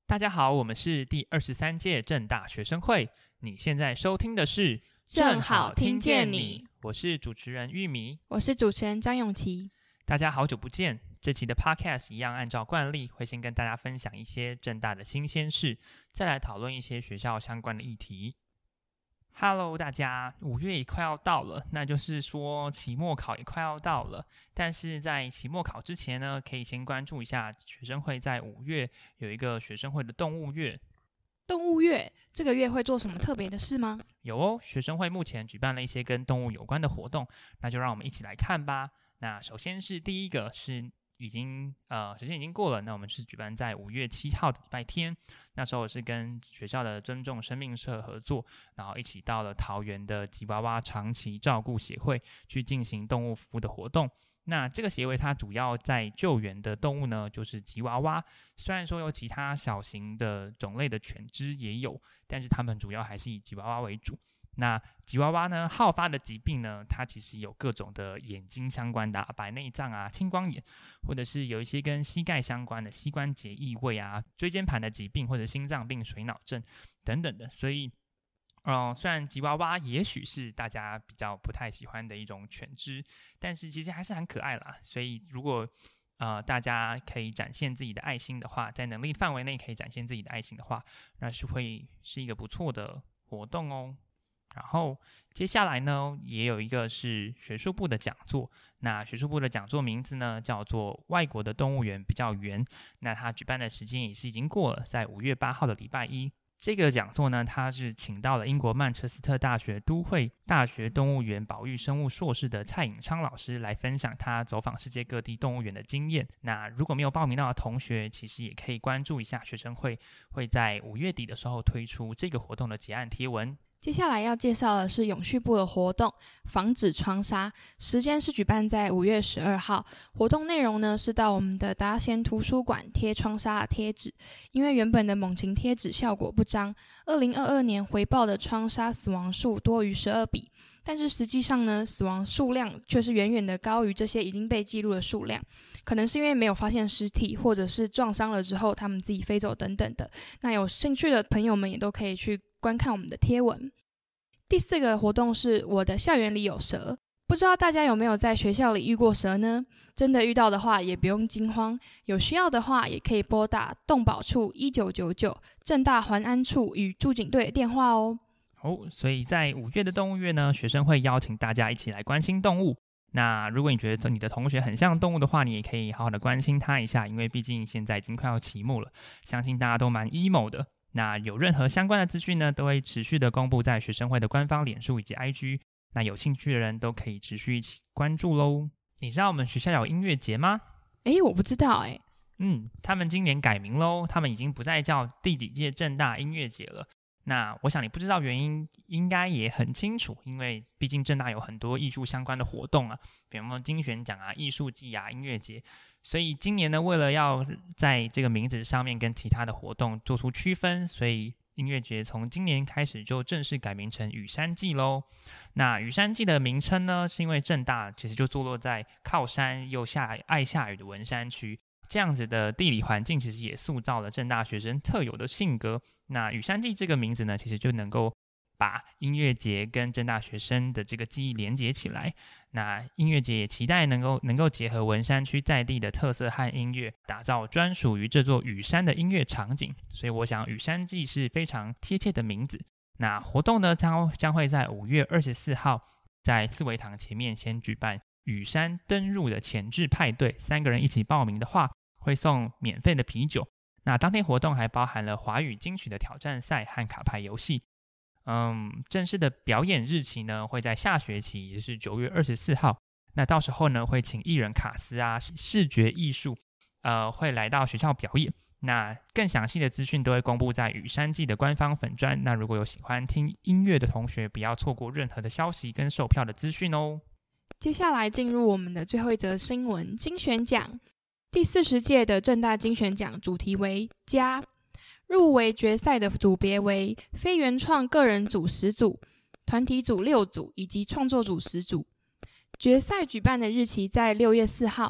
大家好，我们是第23届政大学生会，你现在收听的是正好听见你， 我是主持人玉米， 我是主持人张永琪。 大家好久不见，这期的 podcast 一样按照惯例会先跟大家分享一些政大的新鲜事，再来讨论一些学校相关的议题。Hello， 大家，5月也快要到了，那就是说期末考也快要到了。但是在期末考之前呢，可以先关注一下学生会在5月有一个学生会的动物月。 动物月这个月会做什么特别的事吗？ 有哦，学生会目前举办了一些跟动物有关的活动，那就让我们一起来看吧。那首先是第一个是时间已经过了，那我们是举办在5月7号的礼拜天，那时候是跟学校的尊重生命社合作，然后一起到了桃园的吉娃娃长期照顾协会去进行动物服务的活动。那这个协会它主要在救援的动物呢，就是吉娃娃，虽然说有其他小型的种类的犬只也有，但是它们主要还是以吉娃娃为主。那吉娃娃呢，好发的疾病呢，它其实有各种的眼睛相关的白内障啊、青光眼，或者是有一些跟膝盖相关的膝关节异位啊、椎间盘的疾病或者心脏病、水脑症等等的。所以虽然吉娃娃也许是大家比较不太喜欢的一种犬只，但是其实还是很可爱啦。所以如果大家可以展现自己的爱心的话，在能力范围内可以展现自己的爱心的话，那是一个不错的活动哦。然后接下来呢，也有一个是学术部的讲座。那学术部的讲座名字呢，叫做外国的动物园比较圆。那它举办的时间也是已经过了，在5月8号的礼拜一。这个讲座呢，它是请到了英国曼彻斯特大学都会大学动物园保育生物硕士的蔡颖昌老师来分享他走访世界各地动物园的经验。那如果没有报名到的同学，其实也可以关注一下学生会在5月底的时候推出这个活动的结案贴文。 接下来要介绍的是永续部的活动，防止窗纱，时间是举办在5月12号，活动内容呢是到我们的达贤图书馆贴窗纱的贴纸，因为原本的猛禽贴纸效果不彰，2022年回报的窗纱死亡数多于12笔，但是实际上呢，死亡数量却是远远的高于这些已经被记录的数量，可能是因为没有发现尸体，或者是撞伤了之后他们自己飞走等等的。那有兴趣的朋友们也都可以去观看我们的贴文。第4个活动是我的校园里有蛇，不知道大家有没有在学校里遇过蛇呢？真的遇到的话也不用惊慌，有需要的话也可以拨打动保处1999政大环安处与驻警队的电话哦。 所以在5月的动物月呢，学生会邀请大家一起来关心动物。那如果你觉得你的同学很像动物的话，你也可以好好的关心他一下，因为毕竟现在已经快要期末了，相信大家都蛮 emo 的。那有任何相关的资讯呢，都会持续的公布在学生会的官方脸书以及 IG， 那有兴趣的人都可以持续一起关注咯。你知道我们学校有音乐节吗？ 我不知道他们今年改名咯，他们已经不再叫第几届政大音乐节了。那我想你不知道原因应该也很清楚，因为毕竟政大有很多艺术相关的活动啊，比方说金选奖啊、艺术季啊、音乐节，所以今年呢，为了要在这个名字上面跟其他的活动做出区分，所以音乐节从今年开始就正式改名成雨山季咯。那雨山季的名称呢，是因为政大其实就坐落在靠山又爱下雨的文山区，这样子的地理环境其实也塑造了政大学生特有的性格。那雨山季这个名字呢，其实就能够把音乐节跟政大学生的这个记忆连结起来。那音乐节也期待能够结合文山区在地的特色和音乐，打造专属于这座雨山的音乐场景。所以我想雨山季是非常贴切的名字。那活动呢将会在5月24号在四维堂前面先举办雨山登入的前置派对，3个人一起报名的话会送免费的啤酒。那当天活动还包含了华语金曲的挑战赛和卡牌游戏。正式的表演日期呢会在下学期，也是9月24号。那到时候呢会请艺人卡司啊、视觉艺术会来到学校表演。那更详细的资讯都会公布在雨山季的官方粉专。那如果有喜欢听音乐的同学，不要错过任何的消息跟售票的资讯哦。 接下来进入我们的最后一则新闻，金选奖。第40届的政大金选奖主题为家，入围决赛的组别为非原创个人组10组、团体组6组以及创作组10组。决赛举办的日期在6月4号，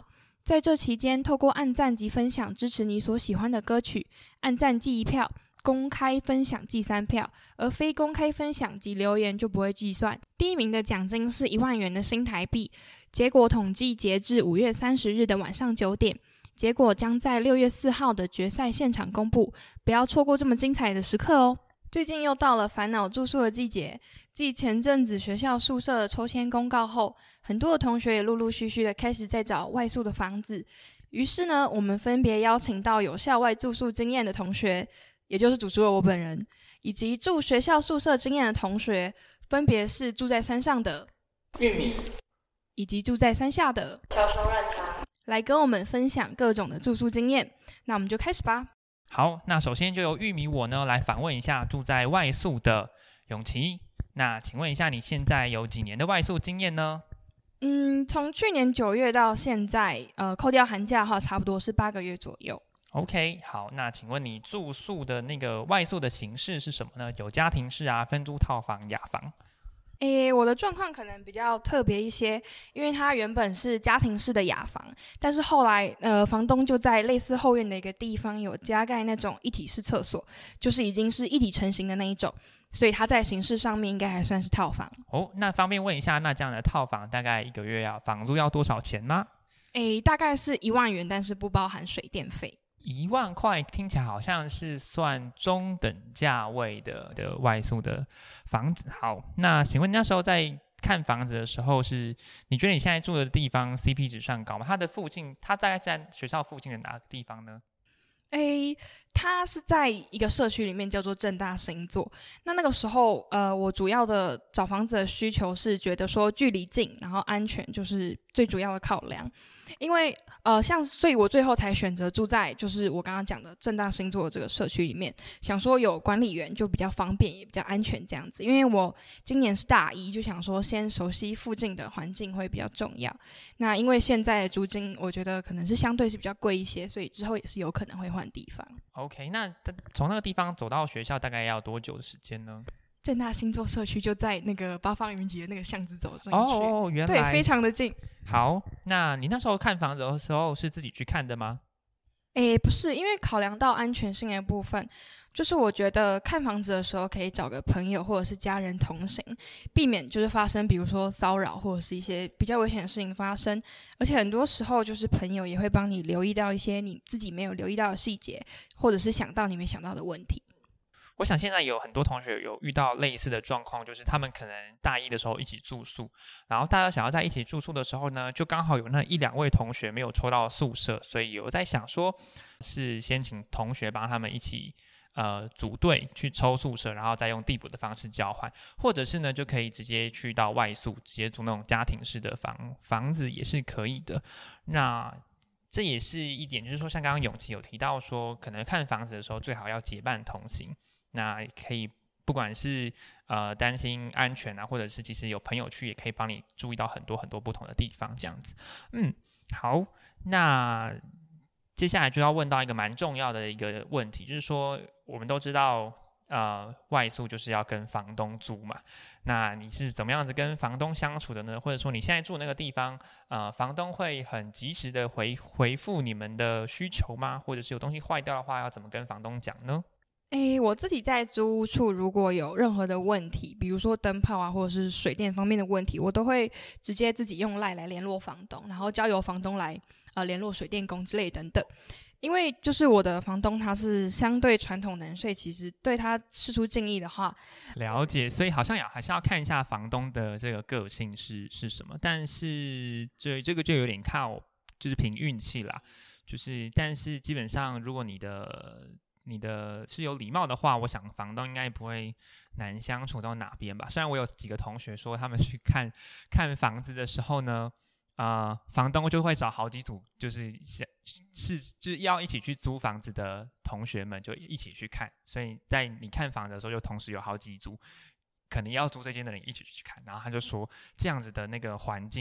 在这期间，透过按赞及分享支持你所喜欢的歌曲，按赞记1票，公开分享记3票，而非公开分享及留言就不会计算。第1名的奖金是1万元的新台币，结果统计截至5月30日的晚上9点，结果将在6月4号的决赛现场公布，不要错过这么精彩的时刻哦。最近又到了烦恼住宿的季节，继前阵子学校宿舍的抽签公告后，很多的同学也陆陆续续的开始在找外宿的房子。于是呢，我们分别邀请到有校外住宿经验的同学，也就是主厨的我本人，以及住学校宿舍经验的同学，分别是住在山上的玉米， 以及住在山下的小熊软糖， 来跟我们分享各种的住宿经验。那我们就开始吧。 好，那首先就由玉米我呢来访问一下住在外宿的永琪。那请问一下，你现在有几年的外宿经验呢？ 从去年9月到现在，扣掉寒假的话，差不多是8个月左右。 OK， 好，那请问你住宿的那个外宿的形式是什么呢？有家庭式啊、分租套房、雅房？ 我的状况可能比较特别一些，因为它原本是家庭式的雅房，但是后来房东就在类似后院的一个地方有加盖那种一体式厕所，就是已经是一体成型的那一种，所以它在形式上面应该还算是套房。 哦，那方便问一下，那这样的套房大概1个月房租要多少钱吗？ 大概是1万元，但是不包含水电费。 1万块听起来好像是算中等价位的外宿的房子。好，那请问你那时候在看房子的时候，你觉得你现在住的地方 CP 值算高吗？它大概在学校附近的哪个地方呢？ 它是在一个社区里面叫做正大星座。那个时候我主要的找房子的需求是觉得说距离近，然后安全就是最主要的考量。因为所以我最后才选择住在就是我刚刚讲的正大星座的这个社区里面，想说有管理员就比较方便也比较安全这样子。因为我今年是大一，就想说先熟悉附近的环境会比较重要。那因为现在的租金我觉得可能是相对是比较贵一些，所以之后也是有可能会换地方。 OK， 那从那个地方走到学校大概要多久的时间呢？ 正大星座社区就在那个八方云集的那个巷子走进去。 哦，原来对，非常的近。 好，那你那时候看房子的时候是自己去看的吗？ 不是，因为考量到安全性的部分，就是我觉得看房子的时候可以找个朋友或者是家人同行，避免就是发生比如说骚扰或者是一些比较危险的事情发生。而且很多时候就是朋友也会帮你留意到一些你自己没有留意到的细节，或者是想到你没想到的问题。 我想现在有很多同学有遇到类似的状况，就是他们可能大一的时候一起住宿，然后大家想要在一起住宿的时候呢，就刚好有那1-2位同学没有抽到宿舍，所以有在想说是先请同学帮他们一起组队去抽宿舍，然后再用递补的方式交换，或者是呢就可以直接去到外宿，直接租那种家庭式的房子也是可以的。那这也是一点，就是说像刚刚永琪有提到说，可能看房子的时候最好要结伴同行。那可以不管是担心安全啊，或者是其实有朋友去也可以帮你注意到很多很多不同的地方这样子。好，那接下来就要问到一个蛮重要的一个问题，就是说我们都知道外宿就是要跟房东租嘛，那你是怎么样子跟房东相处的呢？或者说你现在住那个地方房东会很及时的回复你们的需求吗？或者是有东西坏掉的话要怎么跟房东讲呢？ 我自己在租屋处如果有任何的问题，比如说灯泡啊或者是水电方面的问题，我都会直接自己用 LINE 来联络房东，然后交由房东来联络水电工之类等等。因为就是我的房东他是相对传统人，所以其实对他释出敬意的话， 了解，所以好像还是要看一下房东的这个个性是什么，但是这个就有点靠就是凭运气啦，就是但是基本上如果你的是有礼貌的话，我想房东应该不会难相处到哪边吧。虽然我有几个同学说他们去看房子的时候呢房东就会找好几组就是要一起去租房子的同学们就一起去看，所以在你看房子的时候就同时有好几组可能要租这间的人一起去看。然后他就说这样子的那个环境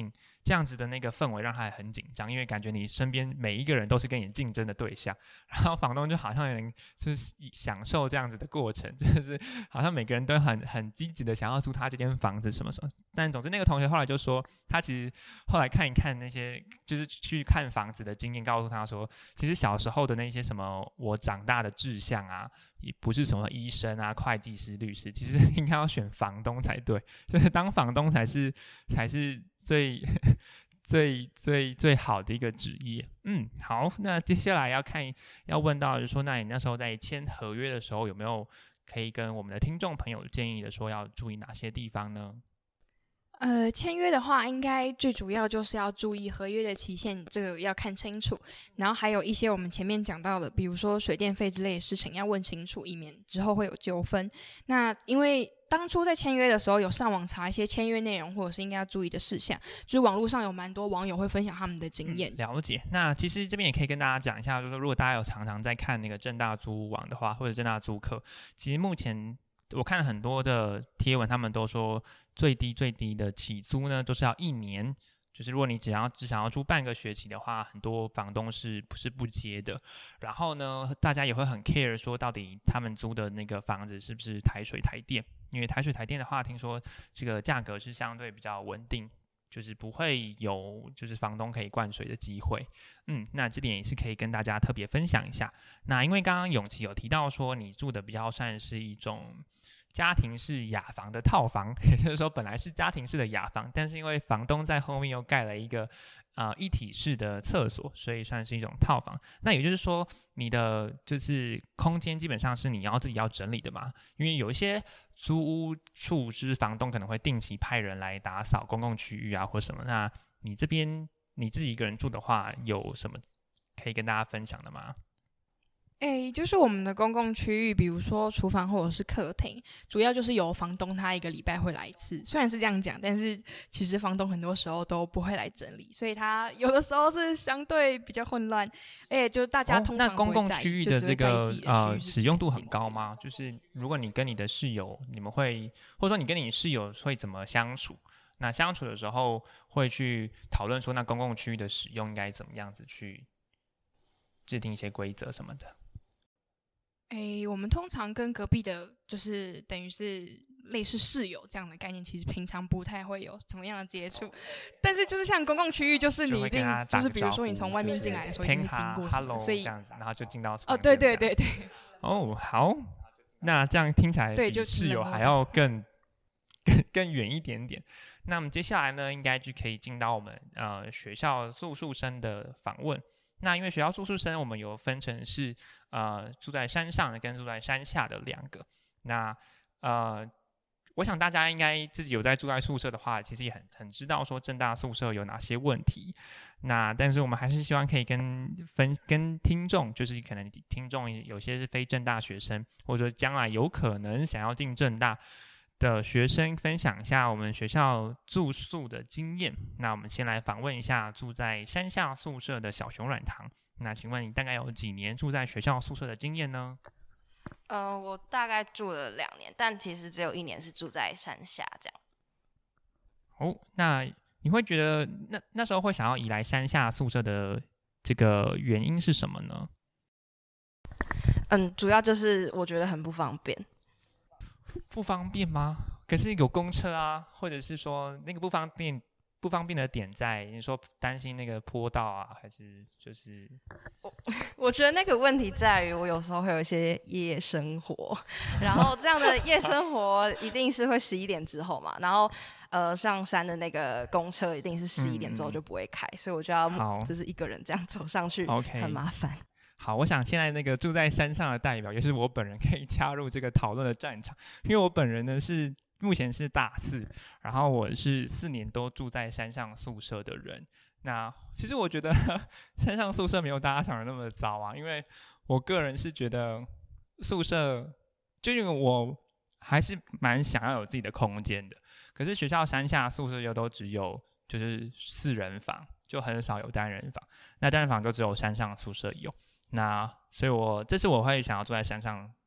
这样子的那个氛围让他很紧张，因为感觉你身边每一个人都是跟你竞争的对象，然后房东就好像有人就是享受这样子的过程，就是好像每个人都很积极的想要租他这间房子什么什么。但总之那个同学后来就说，他其实后来看一看那些就是去看房子的经验，告诉他说，其实小时候的那些什么我长大的志向啊，也不是什么医生啊、会计师、律师，其实应该要选房东才对，就是当房东才是最最好的一个职业。好，那接下来要问到就是说，那你那时候在签合约的时候，有没有可以跟我们的听众朋友建议的说要注意哪些地方呢？ 签约的话，应该最主要就是要注意合约的期限，这个要看清楚。然后还有一些我们前面讲到的，比如说水电费之类的事情要问清楚，以免之后会有纠纷。那因为当初在签约的时候有上网查一些签约内容或者是应该要注意的事项，就是网络上有蛮多网友会分享他们的经验。 了解。那其实这边也可以跟大家讲一下，就是说如果大家有常常在看那个政大租屋网的话，或者政大租客，其实目前我看了很多的贴文，他们都说最低的起租呢，都是要1年。就是如果你只想要租半个学期的话，很多房东是不接的。然后呢，大家也会很 care 说，到底他们租的那个房子是不是台水台电？因为台水台电的话，听说这个价格是相对比较稳定，就是不会有就是房东可以灌水的机会。那这点也是可以跟大家特别分享一下。那因为刚刚永琪有提到说，你住的比较算是一种家庭式雅房的套房，也就是说本来是家庭式的雅房，但是因为房东在后面又盖了一个一体式的厕所，所以算是一种套房。那也就是说你的就是空间基本上是你自己要整理的嘛，因为有一些租屋处就是房东可能会定期派人来打扫公共区域啊或什么。那你这边你自己一个人住的话，有什么可以跟大家分享的吗？ 就是我们的公共区域，比如说厨房或者是客厅，主要就是由房东他1个礼拜会来一次。虽然是这样讲，但是其实房东很多时候都不会来整理，所以他有的时候是相对比较混乱。就大家通常那公共区域的这个使用度很高吗？就是如果你跟你的室友，你们会或者说你跟你室友会怎么相处？那相处的时候会去讨论说，那公共区域的使用应该怎么样子去制定一些规则什么的？ 我们通常跟隔壁的，就是等于是类似室友这样的概念，其实平常不太会有怎么样的接触。但是就是像公共区域，就是你一定就是比如说你从外面进来的时候，一定会经过什么，所以这样子，然后就进到对。 好，那这样听起来对， 比室友还要更远一点点。那么接下来呢，应该就可以进到我们学校住宿生的访问。那因为学校住宿生我们有分成是住在山上的跟住在山下的2个。那我想大家应该自己有在住在宿舍的话，其实也很知道说政大宿舍有哪些问题。那但是我们还是希望可以跟听众，就是可能听众有些是非政大学生，或者说将来有可能想要进政大的学生分享一下我们学校住宿的经验。那我们先来访问一下住在山下宿舍的小熊软糖。那请问你大概有几年住在学校宿舍的经验呢？ 我大概住了2年，但其实只有1年是住在山下这样。 那你会觉得那时候会想要移来山下宿舍的这个原因是什么呢？ 主要就是我觉得很不方便。 不方便吗？可是有公车啊，或者是说那个不方便的点在你说担心那个坡道啊，还是就是我觉得那个问题在于我有时候会有一些夜生活，然后这样的夜生活一定是会11点之后嘛，然后上山的那个公车一定是11点之后就不会开，所以我就要就是一个人这样走上去，很麻烦。 好，我想现在那个住在山上的代表，也是我本人可以加入这个讨论的战场，因为我本人呢目前是大4，然后我是4年都住在山上宿舍的人。那其实我觉得山上宿舍没有大家想的那么糟啊，因为我个人是觉得宿舍，就因为我还是蛮想要有自己的空间的，可是学校山下宿舍又都只有就是4人房，就很少有单人房，那单人房就只有山上宿舍有。那所以这是我会想要住在山上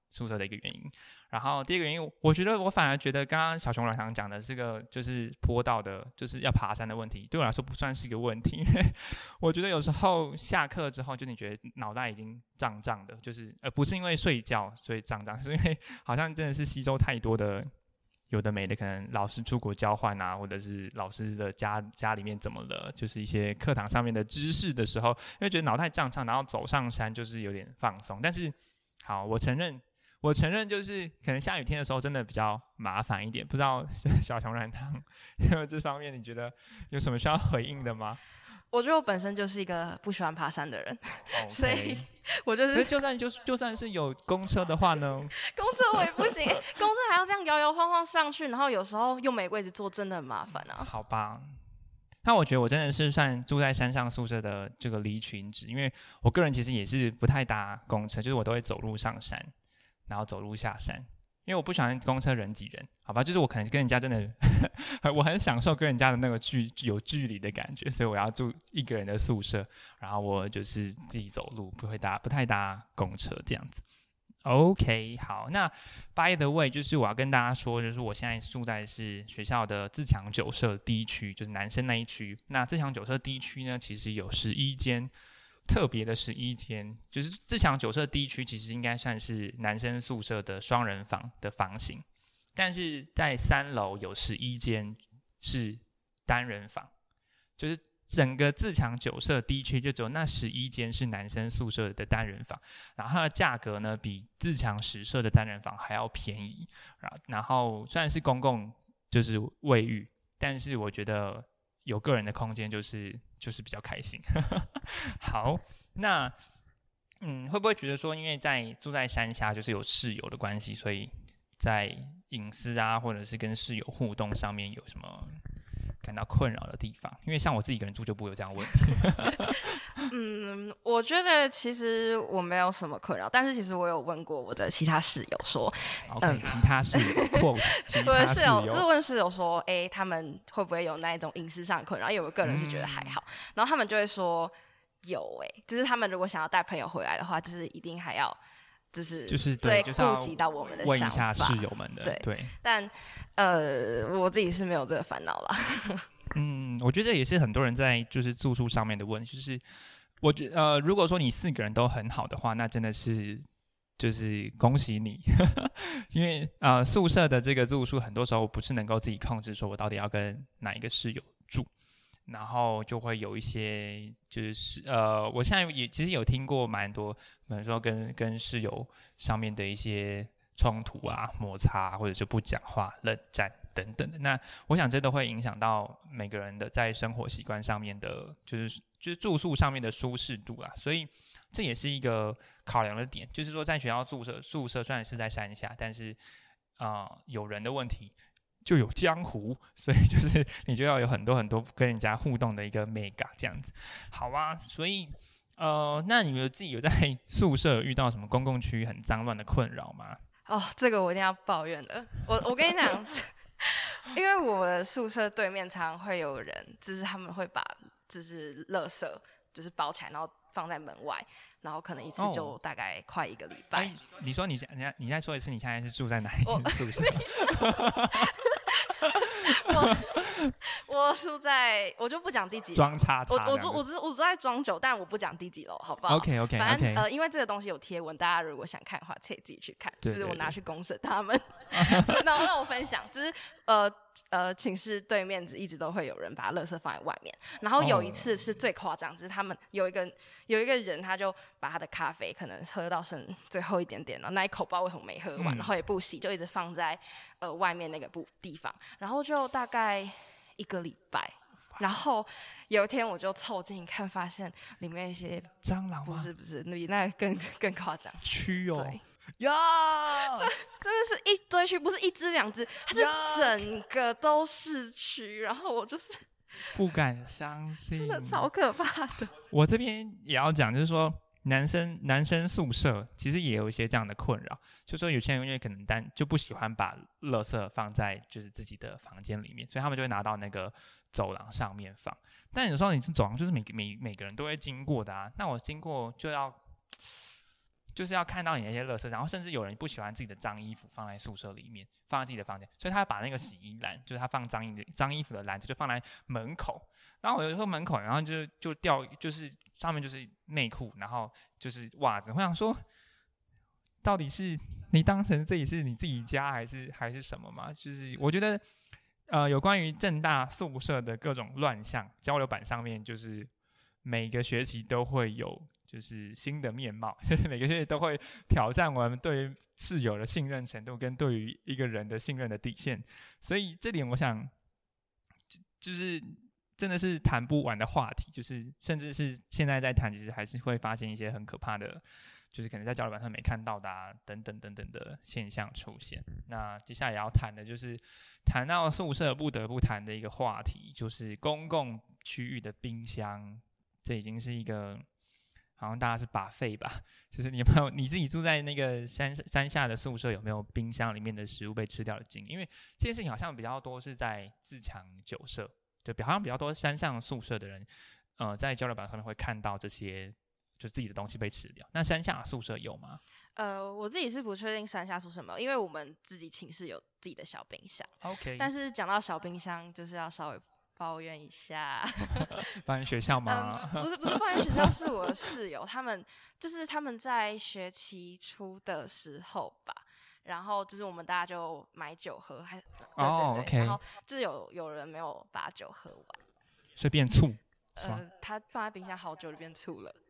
宿舍的一个原因。然后第二个原因，我反而觉得刚刚小熊软糖讲的是个就是坡道的，就是要爬山的问题，对我来说不算是一个问题，因为我觉得有时候下课之后，就你觉得脑袋已经胀胀的，就是不是因为睡觉所以胀胀，是因为好像真的是吸收太多的有的没的，可能老师出国交换啊，或者是老师的家里面怎么了，就是一些课堂上面的知识的时候，因为觉得脑袋胀胀，然后走上山就是有点放松。但是好，我承认就是可能下雨天的时候真的比较麻烦一点，不知道小熊软糖这方面你觉得有什么需要回应的吗？ 我觉得我本身就是一个不喜欢爬山的人， okay. 所以我就是就算是有公车的话呢， 公车我也不行，公车还要这样摇摇晃晃上去，然后有时候又没位置坐，真的很麻烦啊。 好吧，那我觉得我真的是算住在山上宿舍的这个离群值，因为我个人其实也是不太搭公车，就是我都会走路上山，然后走路下山，因为我不喜欢公车人挤人，好吧，就是我可能跟人家真的我很享受跟人家的那个有距离的感觉，所以我要住一个人的宿舍，然后我就是自己走路，不太搭公车这样子。OK， 好，那 by the way， 就是我要跟大家说，就是我现在住在是学校的自强酒舍 D 区，就是男生那一区。那自强酒舍 D 区呢，其实有11间，特别的11间，就是自强酒舍 D 区其实应该算是男生宿舍的双人房的房型，但是在3楼有11间是单人房，就是整个自强酒舍 D 区就只有那11间是男生宿舍的单人房，然后它的价格呢比自强10舍的单人房还要便宜，然后虽然是公共就是卫浴，但是我觉得有个人的空间就是比较开心。好，那会不会觉得说因为住在山下就是有室友的关系，所以在隐私啊或者是跟室友互动上面有什么感到困扰的地方？因为像我自己一个人住就不会有这样的问题。我觉得其实我没有什么困扰，但是其实我有问过我的其他室友说 ，OK， 其他室友quote 其他室友， 我的室友就是问室友说，他们会不会有那一种隐私上的困扰？因为我个人是觉得还好，然后他们就会说有就是他们如果想要带朋友回来的话，就是一定还要。就是对，顾及到我们的想法， 问一下室友们的，对。 但我自己是没有这个烦恼啦。 我觉得这也是很多人在就是住宿上面的问题，就是我觉得如果说你4个人都很好的话，那真的是就是恭喜你，因为宿舍的这个住宿很多时候不是能够自己控制，说我到底要跟哪一个室友住。然后就会有一些，就是我现在也其实有听过蛮多，比如说跟室友上面的一些冲突啊、摩擦，或者就不讲话、冷战等等的。那我想这都会影响到每个人的在生活习惯上面的，就是住宿上面的舒适度啊。所以这也是一个考量的点，就是说在学校宿舍虽然是在山下，但是有人的问题。就有江湖，所以就是你就要有很多很多跟人家互动的一个 mega 这样子，好啊。所以那你们自己有在宿舍遇到什么公共区很脏乱的困扰吗？ 这个我一定要抱怨的。我跟你讲，因为我的宿舍对面常会有人，就是他们会把就是垃圾就是包起来，然后放在门外，然后可能一次就大概快1个礼拜。 你说你再说一次，你现在是住在哪一间宿舍？ 我住在，我就不讲第几楼， 庄叉叉。 我住在庄9，但我不讲第几楼，好不好 ？OK， 反正因为这个东西有贴文，大家如果想看的话，可以自己去看。 对， 就是我拿去公审他们，然后让我分享，就是寝室对面一直都会有人把垃圾放在外面。然后有一次是最夸张，就是他们有一个人，他就把他的咖啡可能喝到剩最后一点点，然后那一口不知道为什么没喝完，然后也不洗，就一直放在外面那个地方，然后就大概1个礼拜。然后有一天我就凑近看，发现里面一些蟑螂吗？ 不是，比那个更夸张， 蛆哦。 对呀， 真的是一堆蛆，不是1只2只，它是整个都是蛆。然后我就是不敢相信， 真的超可怕的。 我这边也要讲，就是说男生宿舍其实也有一些这样的困扰，就是说有些人因为可能就不喜欢把垃圾放在就是自己的房间里面，所以他们就会拿到那个走廊上面放。但有时候你走廊就是每个人都会经过的啊，那我经过就就是要看到你那些垃圾，然后甚至有人不喜欢自己的脏衣服放在宿舍里面，放在自己的房间，所以他把那个洗衣篮，就是他放脏衣服的篮子，就放在门口。然后我就说门口，然后就掉，就是上面就是内裤，然后就是袜子。我想说，到底是你当成这里是你自己家还是什么嘛？就是我觉得。有关于政大宿舍的各种乱象，交流版上面就是每个学期都会有就是新的面貌，就是每个学期都会挑战我们对于室友的信任程度跟对于一个人的信任的底线，所以这点我想就是真的是谈不完的话题，就是甚至是现在在谈，其实还是会发现一些很可怕的。就是可能在交流板上没看到的等等等等的现象出现。那接下来也要谈的就是谈到宿舍不得不谈的一个话题，就是公共区域的冰箱。这已经是一个好像大家是buffet吧，就是你自己住在那个山下的宿舍有没有冰箱里面的食物被吃掉的经验？因为这件事情好像比较多是在自强酒舍，就好像比较多山上宿舍的人，在交流板上面会看到这些。就自己的东西被吃掉。那山下宿舍有吗？ 我自己是不确定山下宿舍有没有，因为我们自己寝室有自己的小冰箱。 OK。 但是讲到小冰箱，就是要稍微抱怨一下。 抱怨学校吗？ 不是抱怨学校，是我的室友，他们在学期初的时候吧。然后就是我们大家就买酒喝，对， OK。 然后就有人没有把酒喝完， 所以变醋。 他放在冰箱好久就变醋了。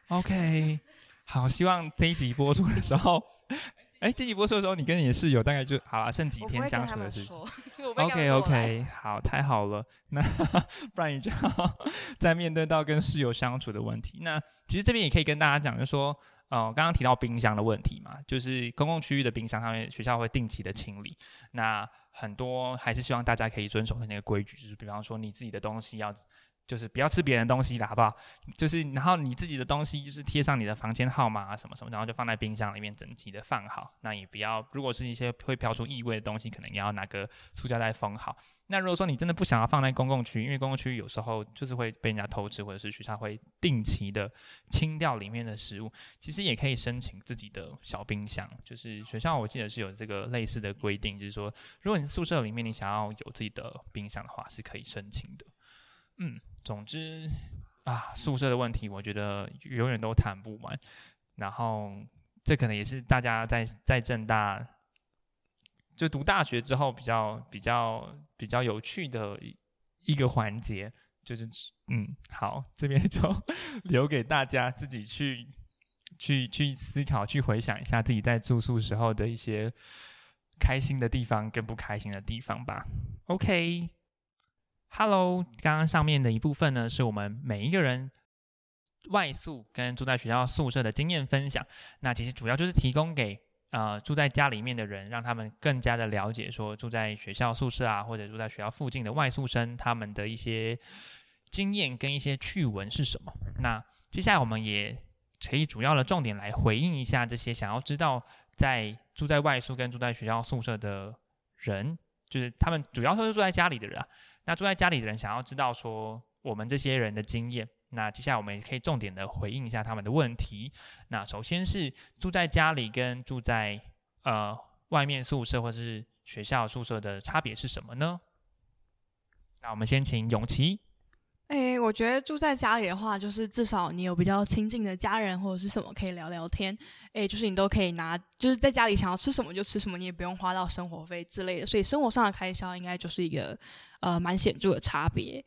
OK， 好，希望这一集播出的时候，这集播出的时候，你跟你的室友大概就好了，剩几天相处的事情。OK， 好，太好了。那不然你就要再面对到跟室友相处的问题。那其实这边也可以跟大家讲，就是说，刚刚提到冰箱的问题嘛，就是公共区域的冰箱上面，学校会定期的清理。那很多还是希望大家可以遵守的那个规矩，就是比方说你自己的东西要。就是不要吃别人的东西啦，好不好？就是然后你自己的东西就是贴上你的房间号码啊什么什么，然后就放在冰箱里面整齐的放好。那也不要，如果是一些会飘出异味的东西，可能也要拿个塑胶袋封好。那如果说你真的不想要放在公共区，因为公共区有时候就是会被人家偷吃，或者是学校会定期的清掉里面的食物，其实也可以申请自己的小冰箱。就是学校我记得是有这个类似的规定，就是说如果你宿舍里面你想要有自己的冰箱的话，是可以申请的。总之宿舍的问题，我觉得永远都谈不完。然后，这可能也是大家在政大就读大学之后比较有趣的一个环节，就是好，这边就留给大家自己去思考，去回想一下自己在住宿时候的一些开心的地方跟不开心的地方吧。OK。Hello， 刚刚上面的一部分呢，是我们每一个人外宿跟住在学校宿舍的经验分享。那其实主要就是提供给住在家里面的人，让他们更加的了解说住在学校宿舍或者住在学校附近的外宿生他们的一些经验跟一些趣闻是什么。那接下来我们也可以主要的重点来回应一下这些想要知道住在外宿跟住在学校宿舍的人，就是他们主要都是住在家里的人那住在家里的人想要知道说我们这些人的经验，那接下来我们也可以重点的回应一下他们的问题。那首先是住在家里跟住在外面宿舍或者是学校宿舍的差别是什么呢？那我们先请永琪。 我觉得住在家里的话，就是至少你有比较亲近的家人或者是什么可以聊聊天，就是你都可以就是在家里想要吃什么就吃什么，你也不用花到生活费之类的，所以生活上的开销应该就是一个蛮显著的差别。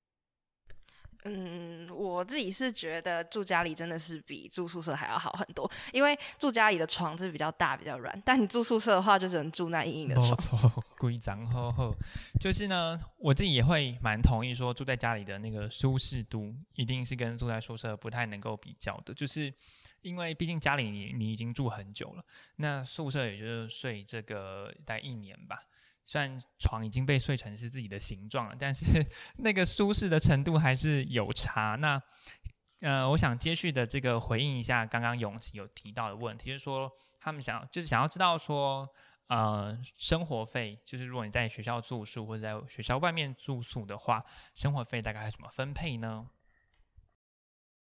我自己是觉得住家里真的是比住宿舍还要好很多，因为住家里的床就是比较大比较软，但你住宿舍的话就只能住那硬硬的床。 没错，规章好好。就是呢，我自己也会蛮同意说住在家里的那个舒适度一定是跟住在宿舍不太能够比较的，就是因为毕竟家里你已经住很久了，那宿舍也就是睡这个大概1年吧。虽然床已经被睡成是自己的形状了，但是那个舒适的程度还是有差。那我想接续的这个回应一下刚刚永琪有提到的问题，就是说他们想要知道说生活费，就是如果你在学校住宿或者在学校外面住宿的话，生活费大概怎么分配呢？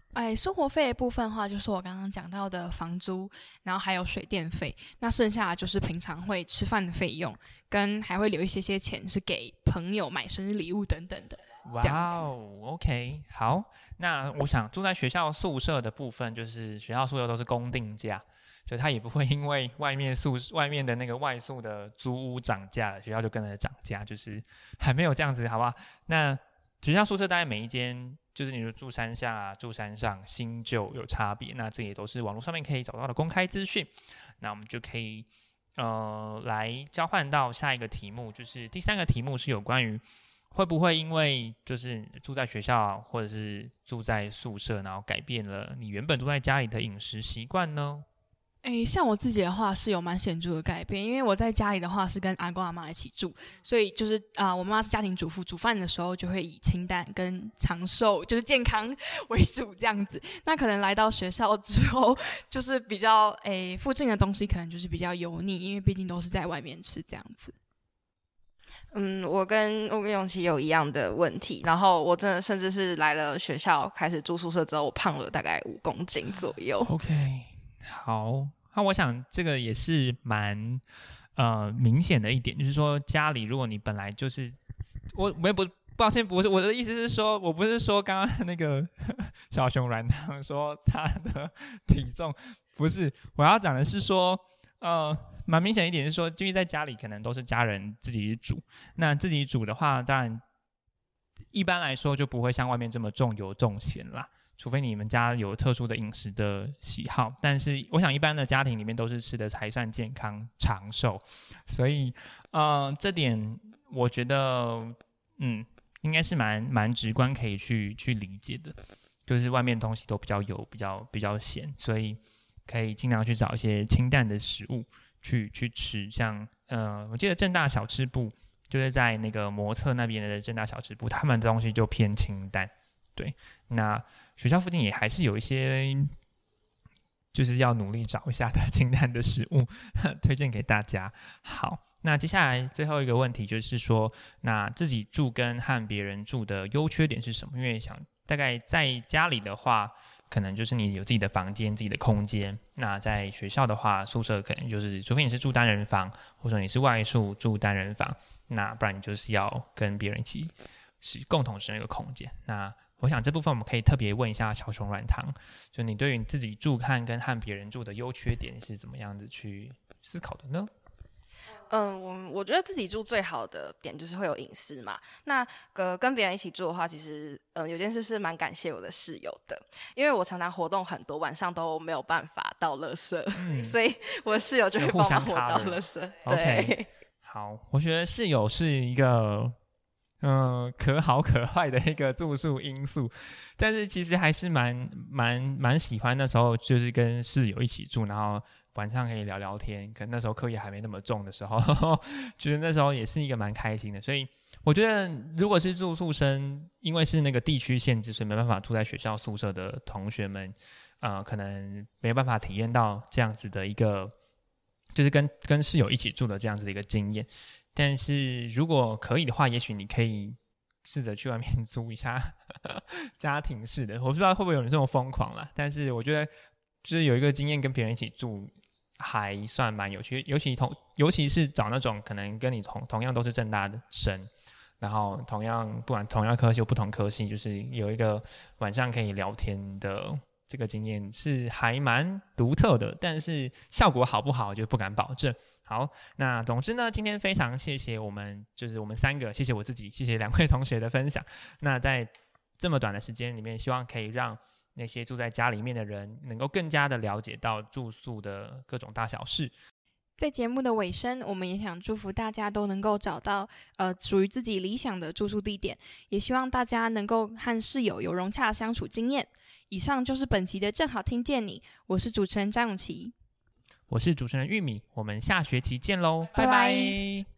生活费的部分的话，就是我刚刚讲到的房租，然后还有水电费，那剩下的就是平常会吃饭的费用，跟还会留一些钱是给朋友买生日礼物等等的。 哇哦 ，OK， 好，那我想住在学校宿舍的部分，就是学校宿舍都是公定价，所以它也不会因为外面的那个外宿的租屋涨价了，学校就跟着涨价，就是还没有这样子，好不好？那学校宿舍大概每一间，就是你住山下、住山上、新旧有差别，那这也都是网络上面可以找到的公开资讯。那我们就可以来交换到下一个题目，就是第3个题目是有关于会不会因为就是住在学校或者是住在宿舍，然后改变了你原本住在家里的饮食习惯呢？ 像我自己的话是有蛮显著的改变，因为我在家里的话是跟阿公阿妈一起住，所以就是我妈妈是家庭主妇，煮饭的时候就会以清淡跟长寿，就是健康为主这样子。那可能来到学校之后，就是比较附近的东西可能就是比较油腻，因为毕竟都是在外面吃这样子。 我跟永琪有一样的问题，然后我真的甚至是来了学校开始住宿舍之后，我胖了大概5公斤左右。 OK， 好，那我想这个也是蛮明显的一点，就是说家里如果你本来就是我也不抱歉，不是我的意思是说，我不是说刚刚那个小熊软糖说他的体重，不是，我要讲的是说蛮明显一点是说，因为在家里可能都是家人自己煮，那自己煮的话，当然一般来说就不会像外面这么重油重咸啦，除非你们家有特殊的饮食的喜好。但是我想一般的家庭里面都是吃的还算健康长寿，所以这点我觉得应该是蛮直观可以去理解的，就是外面的东西都比较油比较咸，所以可以尽量去找一些清淡的食物去吃，像我记得政大小吃部就是在那个模侧那边的政大小吃部，他们的东西就偏清淡。对，那学校附近也还是有一些就是要努力找一下的清淡的食物推荐给大家。好，那接下来最后一个问题就是说，那自己住跟和别人住的优缺点是什么？因为想大概在家里的话，可能就是你有自己的房间、自己的空间。那在学校的话，宿舍可能就是除非你是住单人房，或者你是外宿住单人房，那不然你就是要跟别人一起共同使用一个空间。那我想这部分我们可以特别问一下小熊软糖，就你对于你自己住跟别人住的优缺点是怎么样子去思考的呢？ 我觉得自己住最好的点就是会有隐私嘛。那跟别人一起住的话，其实有件事是蛮感谢我的室友的，因为我常常活动很多，晚上都没有办法倒垃圾，所以我的室友就会帮忙我倒垃圾。对， okay， 好，我觉得室友是一个可好可坏的一个住宿因素，但是其实还是蛮喜欢那时候就是跟室友一起住，然后晚上可以聊聊天，可能那时候课业还没那么重的时候觉得那时候也是一个蛮开心的。所以我觉得如果是住宿生，因为是那个地区限制，所以没办法住在学校宿舍的同学们可能没办法体验到这样子的一个就是跟室友一起住的这样子的一个经验。但是如果可以的话，也许你可以试着去外面租一下家庭式的，我不知道会不会有人这么疯狂啦，但是我觉得就是有一个经验跟别人一起住还算蛮有趣，尤其是找那种可能跟你同样都是政大的生，然后不管同样科系或不同科系，就是有一个晚上可以聊天的这个经验是还蛮独特的，但是效果好不好就不敢保证。好，那总之呢，今天非常谢谢我们3个，谢谢我自己，谢谢2位同学的分享。那在这么短的时间里面，希望可以让那些住在家里面的人能够更加的了解到住宿的各种大小事。 在节目的尾声，我们也想祝福大家都能够找到属于自己理想的住宿地点，也希望大家能够和室友有融洽的相处经验。以上就是本期的正好听见你，我是主持人张永琪， 我是主持人玉米，我们下学期见喽， 拜拜。 拜拜。